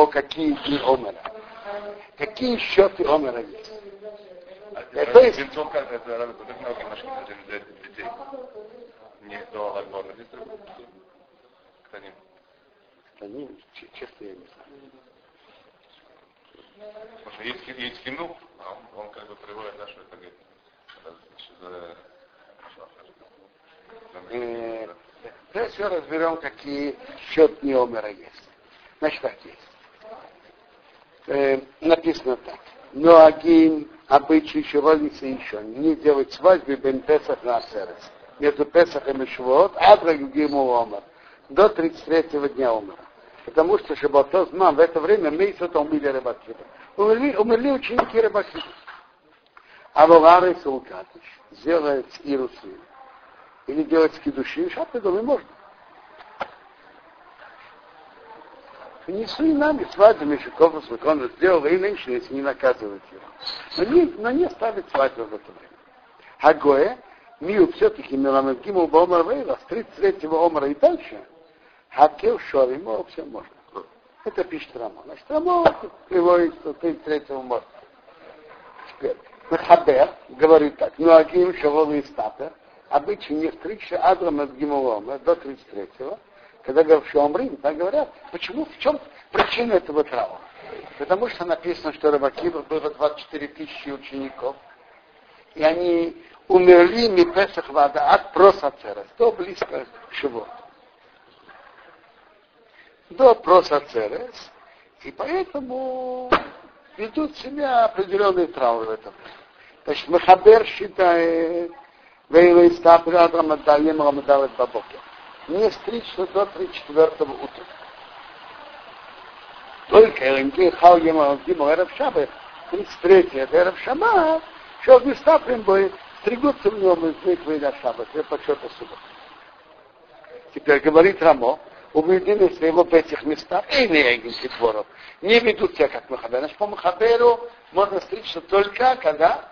какие дни Омера. Какие счеты Омера есть. То есть... Это немножко для детей. Не до Альбона. Они, честно, я не знаю. Потому что есть хинух, а он как бы приводит нашу Давайте все разберем, какие счет Омера есть. Значит, так есть. Написано так. Ноагим, обычай еще родится еще. Не делать свадьбы бен Песах на Асерес. Между Песахом и Швуот, Адра Гиму Омер. До 33-го дня Омера. Потому что Шабатозман в это время Мейсота умили рыбакида. Умерли ученики рыбакида. А Вовары Сулкатыш сделает Иерусалим. Или делать скидуши, шапы дома можно. Несу и нами свадьбу Мишукова Свакона сделал, и нынче, если не наказывают его. Но не ставит свадьбу в это время. Хагоя, Мию все-таки Миламед Гиму Бомар Вейла, с 33-го Омара и дальше, Хакел Шор, ему все можно. Это пишет Рамо. Значит, Рамо приводит, что 33-го можно. Теперь, Махабер говорит так, ну Агим Шавол и Стапер, обычно не стричься Адрам от Гимулома до 33-го, когда говорят, что Омрим, так говорят, почему, в чем причина этого траура? Потому что написано, что рыбаки было 24 тысячи учеников, и они умерли Мипесах Вада от Просацерес, до близко к Шивоту. До Просацерес, и поэтому ведут себя определенные трауры в этом. Значит, Махабер считает, Вейла и Стапер Адрам Аддаем Рамадавет Бабокер. Не стричься до 34-го утра. Только Элэнки Хау Емалдиму Эрев Шаббат, 33-й это Эрев Шаббат, что в Стапрем будет стригутся в нем из Миквы на Шаббат, это почета субботы. Теперь говорит Рамо, убеждены в его в этих местах, и не эгенских дворов, не ведут себя как Махабер. Значит, по Махаберу можно стричься только когда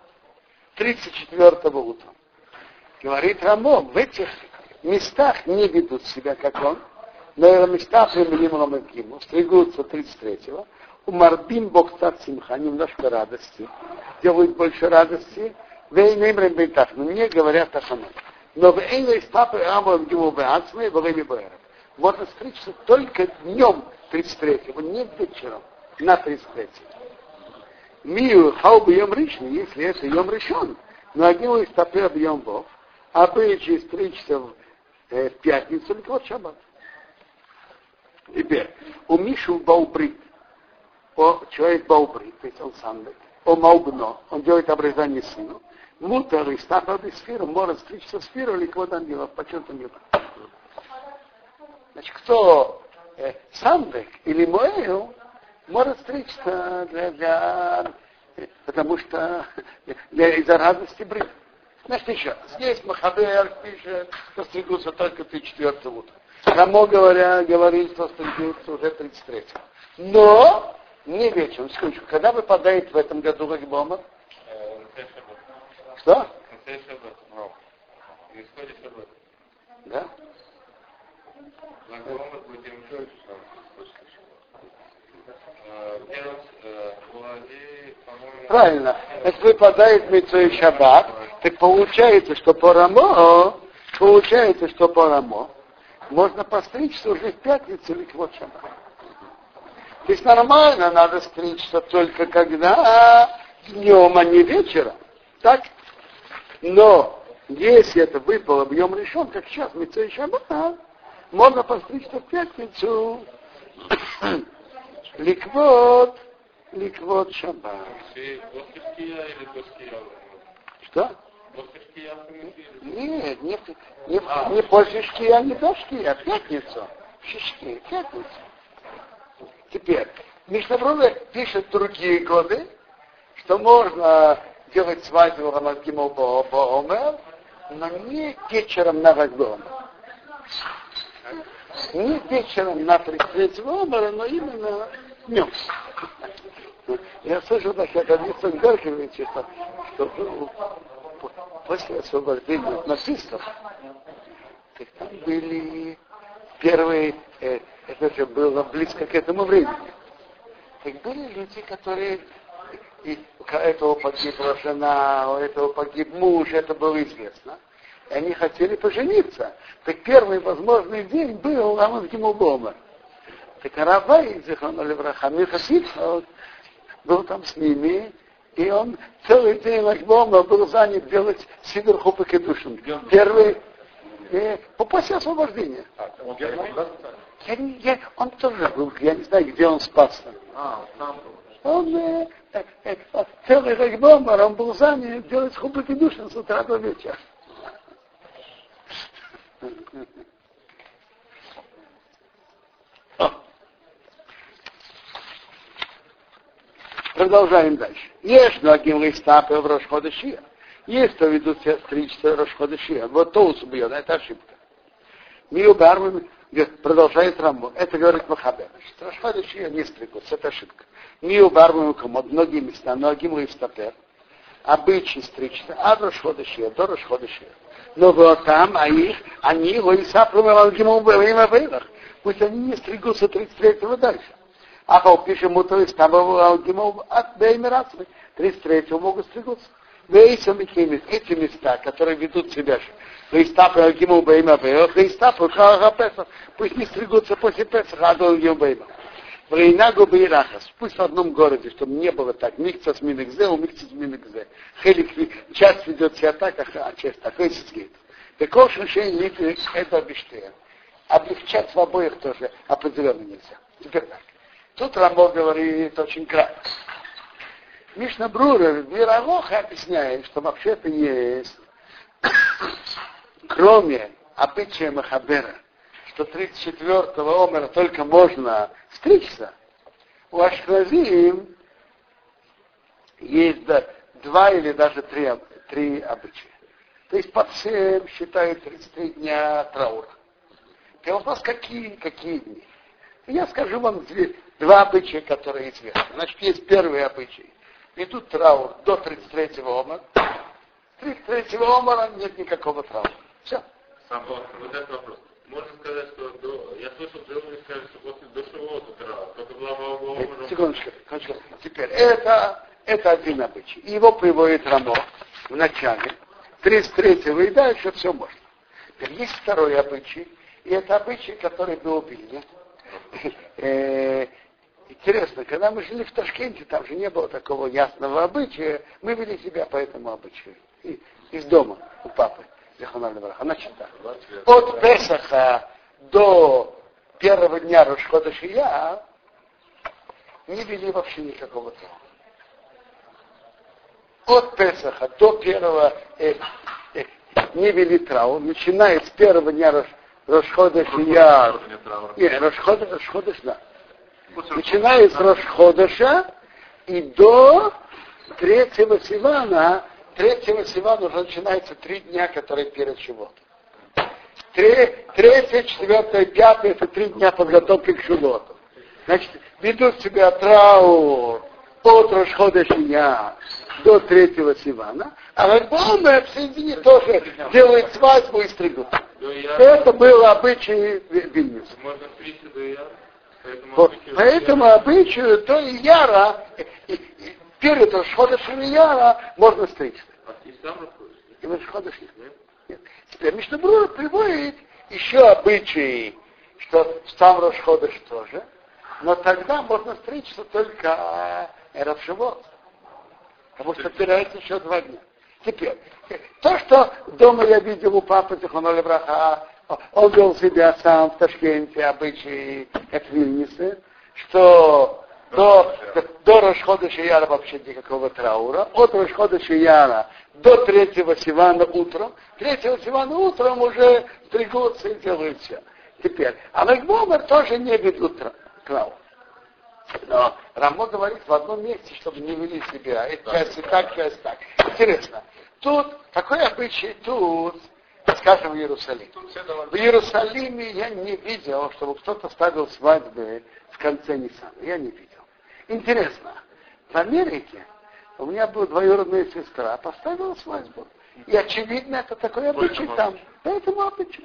34-го утра. Говорит Рамо, в этих местах не ведут себя, как он, но в местах именем Рамакиму стригутся 33-го, у Марбим Богтат Симха, немножко радости, делают больше радости, в Эйнемрем Бейтах, но не говорят Таханам. Но в Эйнемрем Стапы Амрам Гиму Беацме, во время Бэйров. Можно стричься только днем 33-го, не вечером, на 33-го. Мию Хаубу Йом Ришни, если это Йом Ришон, но Агиму Стапы Йом Бог, обычай стричься в пятницу, или вот Шаббат. Теперь, у Мишу Баубрит, человек Баубрит, то есть он сам, о Маубно, он делает обрезание сыну, мутер и стапа без сферы, может стричься в сферу или кого-то ангелов, почему-то не так. Значит, кто Сандек или Моэл, может стричься потому что из-за радости брит. Значит, еще раз. Здесь Махабер пишет, что стригутся только 34-го утра. Рамо говорит, что стригутся уже 33-го. Но не вечером. Секундочку. Когда выпадает в этом году Лагбомер? Что? Да? Правильно. Если выпадает Мицой Шаббат, так получается, что по Рамо можно постричься уже в пятницу или вот Шаббат. То есть нормально надо стричься только когда днем, а не вечером. Так? Но если это выпало в Йом Ришон, как сейчас Мицой Шаббат, можно постричься в пятницу. Ликвот Шаббат. Что? Нет, не после шкия, не до шкия, пятницу. Шишки, пятницу. Теперь, Мишнабруна пишет другие годы, что можно делать свадьбу Рамадгиму Боомер, но не вечером на Вагдоме. Не вечером на 33-го Омера, но именно днем. Я слышал, так как Адмитсон Беркович, что после освобождения от нацистов, так там были первые, это же было близко к этому времени. Так были люди, которые у этого погибла жена, у этого погиб муж, это было известно. И они хотели пожениться. Так первый возможный день был Рамон Гимубома. Так Рабай, Зихрон Левраха, Михасид, был там с ними, и он целый день Лагбома был занят делать Сидор Хупак и Душин. Первый, после освобождения. Он тоже был, я не знаю, где он спасся. Он целый Лагбома, он был занят делать Хупак и Душин с утра до вечера. Продолжаем дальше. Есть многим листапы в Рошходышия. Есть, кто ведут себя стричься Рошходышия. Вот то убьет, это ошибка. Миу Барман продолжает Рамбо. Это говорит Махабер. Рошходышия не стригутся, это ошибка. Миу Барман комод, многие места, многим листапер. Обычай стричься от Рошходышия до Рошходышия. Но вот там, они листапы в Вейнах. Пусть они не стригутся 33-го дальше. А по пишем, то есть там от Беймерацмы 33-го могут стригутся. Эти места, которые ведут себя же, Лейстапы Алгиму Бейма Бейох, Лейстапы Халага Песах, пусть не стригутся после Песаха, Адолгим Бейма. Врейнагу Бейрахас, пусть в одном городе, чтобы не было так, микца с Минекзе, у микца с Минекзе. Часть ведет себя так, а часть так, это такое решение это обещание. Облегчать в обоих тоже определенно нельзя. Теперь так. Тут Рамбо говорит очень кратко. Мишна Брура Вирагоха объясняет, что вообще-то есть, кроме обычая Махабера, что 34-го омера только можно стричься, у Ашхазим есть два или даже три обычая. То есть под всем считают 33 дня траура. И вопрос, какие дни? Я скажу вам два обычая, которые известны. Значит, есть первый обычай. Идут траур до 33-го омара. 33-го омара нет никакого траура. Все. Вот этот вопрос. Можно сказать, что я слышал, что вы сказали, что после до Шавуота траур. Только глава омара. Секундочку. Теперь, это один обычай. Его приводит Рамо в начале. 33-го и дальше все можно. Теперь есть второй обычай. И это обычай, который был в Вильне. Интересно, когда мы жили в Ташкенте, там же не было такого ясного обычая, мы вели себя по этому обычаю. Из дома у папы. Значит так. От Песаха до первого дня Рош-Ходеш Ияр не вели вообще никакого траура. От Песаха до первого не вели траур, начиная с первого дня Рош-Ходеш Ияр. Нет, Рош-Ходеш, да. Начиная с Рош-Ходеша и до 3-го Сивана. 3-го Сивана уже начинается 3 дня, которые перед Шивотом. 3-е, 4-е, 5-е это 3 дня подготовки к Шивоту. Значит, ведут себя траур от Рош-Ходеш Ияр до 3-го Сивана, а Лагбома в середине тоже делает свадьбу и стригут. Это было обычай Вильнюса. Можно стричься до Ияра? По этому обычаю до Ияра, перед Рош-Ходешем Ияра можно стричься. А ты сам расходишь? И Рош-Ходеш нет. Теперь Мишна Брура приводит еще обычаи, что сам Рош-Ходеш тоже, но тогда можно стричься только Эрев Шивот. Потому что теряется еще 2 дня. Теперь, то, что дома я видел у папы Зихрона Левраха, он вел себя сам в Ташкенте, обычаи как Вильнюсе, что до Рош-Ходеша Ияра вообще никакого траура, от Рош-Ходеша Ияра до 3-го Сивана утром, 3-го Сивана утром уже стригутся и делают все. Теперь, а Лагбомер тоже не ведут траур. Но Рамо говорит в одном месте, чтобы не вели себя. Это часть так, часть так. Интересно. Тут, такой обычай тут, скажем, в Иерусалиме. В Иерусалиме я не видел, чтобы кто-то ставил свадьбы в конце Ниссана. Я не видел. Интересно. В Америке у меня была двоюродная сестра, поставила свадьбу. И очевидно, это такой обычай там. Поэтому обычай.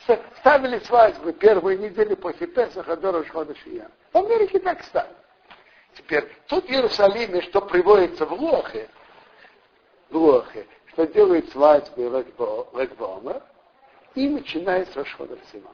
Ставили свадьбы первую неделю после Песаха до Рош-Ходеш Ияр. В Америке так ставили. Теперь, тут в Иерусалиме, что приводится в Лохе, что делает свадьбы Лэг-Баомер, и начинается Рошхода Симона.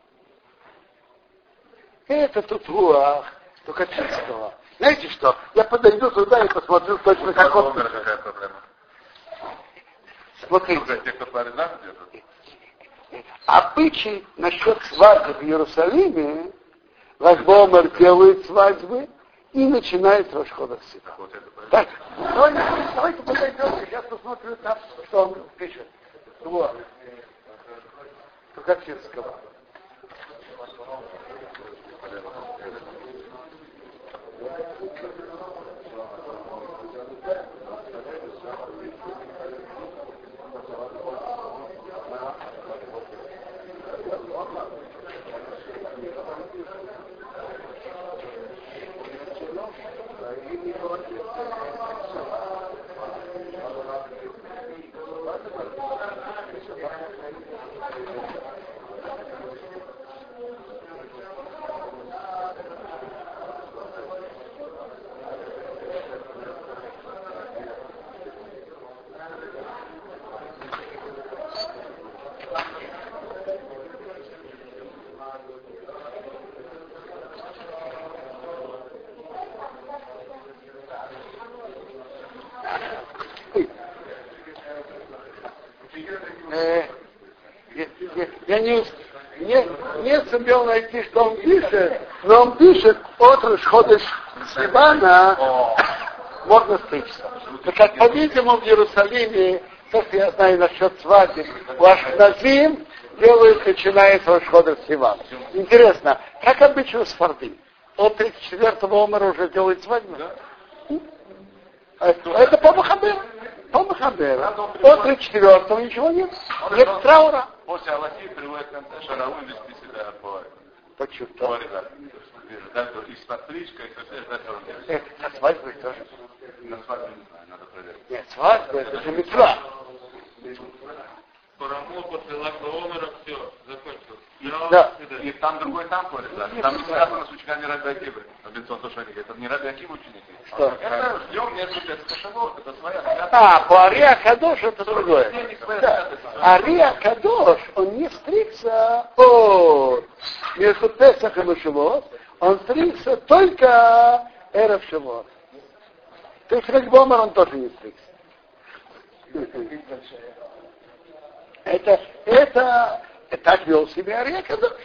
Это тут Руах, только чистого. Знаете что? Я подойду туда и посмотрю точно, как он... Какая проблема? Смотрите. Те, кто по Аризану держат? Обычай насчет свадьбы в Иерусалиме, Лэг-Баомер делает свадьбы и начинает Рошхода Симона. Вот это правильно. Так, давайте подойдем, сейчас посмотрю там, что он пишет. Вот. Тухачинского. Я не сумел найти, что он пишет, но он пишет от Рошхода Сивана можно стричься. Так как, по-видимому, в Иерусалиме, то, что я знаю насчет свадьбы, у Ашкназим делают, начинается Рошхода Сивана. Интересно, как обычно с Фардим? От 34-го Омара уже делают свадьбу? Это по Махаберу. По Махаберу. От 34-го ничего нет. Нет траура. После Аллахи приводит Шараву вести себя по Почему? и смотричка, и совсем ждать На свадьбу тоже. на свадьбе не знаю, надо проверить. Нет, свадьба это же митцва. Параму после Лак-Баомера все, закончилось. Да. И там другой там ходит, да. Там не связано с учениками Раби Акивы. Бенсон то, что они говорят, это не Раби Акива ученики. Что? Это ждем несколько скашалов, это своя. По Ария Кадош это другое. Да. Ария Кадош, он не стригся между Песахом и Шивот, он стригся только Эрев Шивот. То есть Лэг-Баомер он тоже не стригся. Это так вел себя Ария Кадош.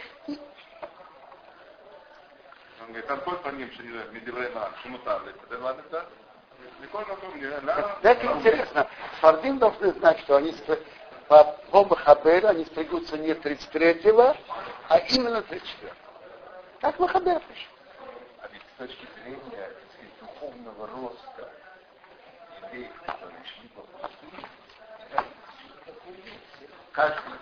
Он говорит, там хоть по ним, что не знаю, Медиврейна, Шимутавли. Это ладно, да? Прикольно, это интересно. Фардим должны знать, что они по Махаберу они стригутся не 33-го, а именно 34-го. Так Махабер пишет. А ведь с точки зрения духовного роста евреев, которые шли по пути, каждый